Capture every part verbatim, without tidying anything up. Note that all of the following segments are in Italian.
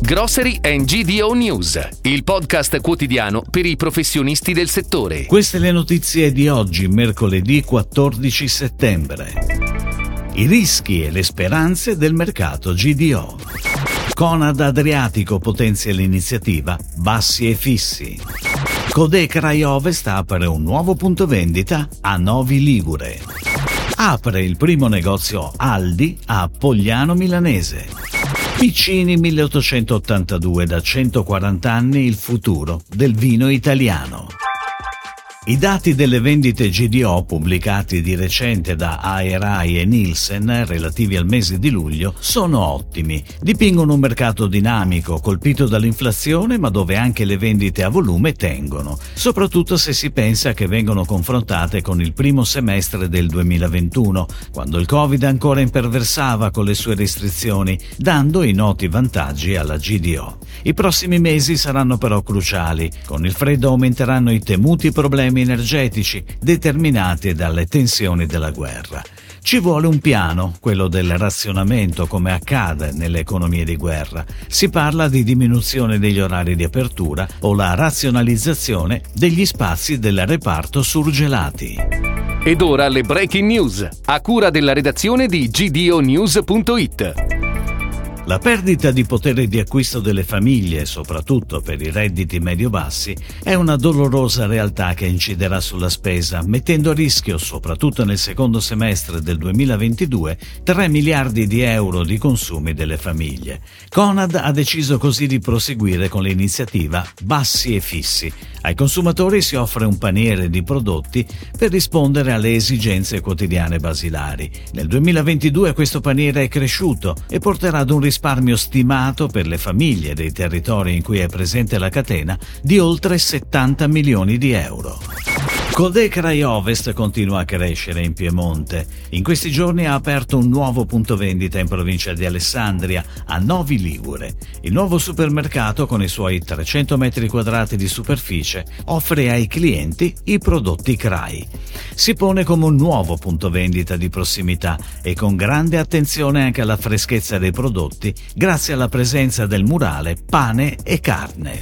Grocery and G D O News, il podcast quotidiano per i professionisti del settore. Queste le notizie di oggi, mercoledì quattordici settembre. I rischi e le speranze del mercato G D O. Conad Adriatico potenzia l'iniziativa Bassi e Fissi. Codec Rai Ovest apre un nuovo punto vendita a Novi Ligure. Apre il primo negozio Aldi a Pogliano Milanese. Piccini milleottocentottantadue, da centoquaranta anni il futuro del vino italiano. I dati delle vendite G D O pubblicati di recente da A E R A I e Nielsen relativi al mese di luglio sono ottimi, dipingono un mercato dinamico colpito dall'inflazione ma dove anche le vendite a volume tengono, soprattutto se si pensa che vengono confrontate con il primo semestre del duemilaventuno, quando il Covid ancora imperversava con le sue restrizioni, dando i noti vantaggi alla G D O. I prossimi mesi saranno però cruciali, con il freddo aumenteranno i temuti problemi energetici determinati dalle tensioni della guerra. Ci vuole un piano, quello del razionamento, come accade nelle economie di guerra. Si parla di diminuzione degli orari di apertura o la razionalizzazione degli spazi del reparto surgelati. Ed ora le breaking news, a cura della redazione di G D O news punto it. La perdita di potere di acquisto delle famiglie, soprattutto per i redditi medio-bassi, è una dolorosa realtà che inciderà sulla spesa, mettendo a rischio, soprattutto nel secondo semestre del duemilaventidue, tre miliardi di euro di consumi delle famiglie. Conad ha deciso così di proseguire con l'iniziativa Bassi e Fissi. Ai consumatori si offre un paniere di prodotti per rispondere alle esigenze quotidiane basilari. Nel duemilaventidue questo paniere è cresciuto e porterà ad un risparmio stimato per le famiglie dei territori in cui è presente la catena di oltre settanta milioni di euro. Codec Rai Ovest continua a crescere in Piemonte. In questi giorni ha aperto un nuovo punto vendita in provincia di Alessandria, a Novi Ligure. Il nuovo supermercato, con i suoi trecento metri quadrati di superficie, offre ai clienti i prodotti C R A I. Si pone come un nuovo punto vendita di prossimità e con grande attenzione anche alla freschezza dei prodotti, grazie alla presenza del murale Pane e Carne.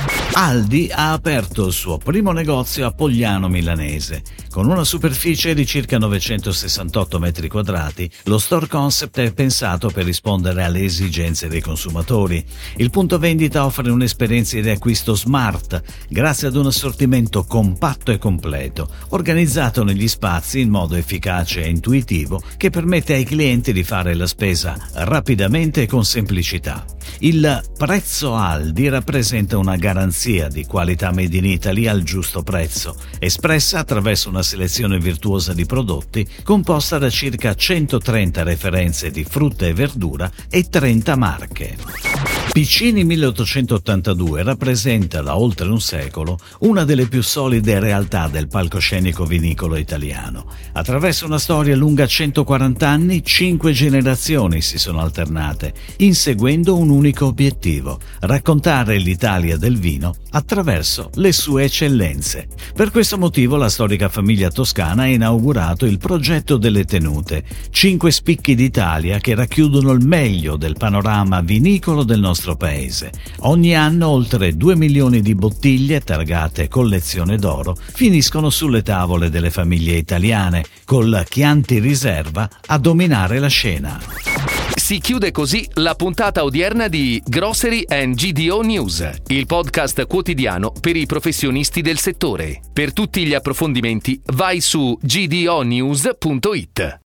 Aldi ha aperto il suo primo negozio a Pogliano Milanese. Con una superficie di circa novecentosessantotto metri quadrati, lo store concept è pensato per rispondere alle esigenze dei consumatori. Il punto vendita offre un'esperienza di acquisto smart, grazie ad un assortimento compatto e completo, organizzato negli spazi in modo efficace e intuitivo, che permette ai clienti di fare la spesa rapidamente e con semplicità. Il prezzo Aldi rappresenta una garanzia di qualità made in Italy al giusto prezzo, espressa attraverso una selezione virtuosa di prodotti composta da circa centotrenta referenze di frutta e verdura e trenta marche. Piccini milleottocentottantadue rappresenta da oltre un secolo una delle più solide realtà del palcoscenico vinicolo italiano. Attraverso una storia lunga centoquaranta anni, cinque generazioni si sono alternate, inseguendo un unico obiettivo: raccontare l'Italia del vino attraverso le sue eccellenze. Per questo motivo la storica famiglia toscana ha inaugurato il progetto delle tenute, cinque spicchi d'Italia che racchiudono il meglio del panorama vinicolo del nostro paese. Ogni anno oltre due milioni di bottiglie targate collezione d'oro finiscono sulle tavole delle famiglie italiane, col Chianti Riserva a dominare la scena. Si chiude così la puntata odierna di Grocery and G D O News, il podcast quotidiano per i professionisti del settore. Per tutti gli approfondimenti vai su G D O news punto it.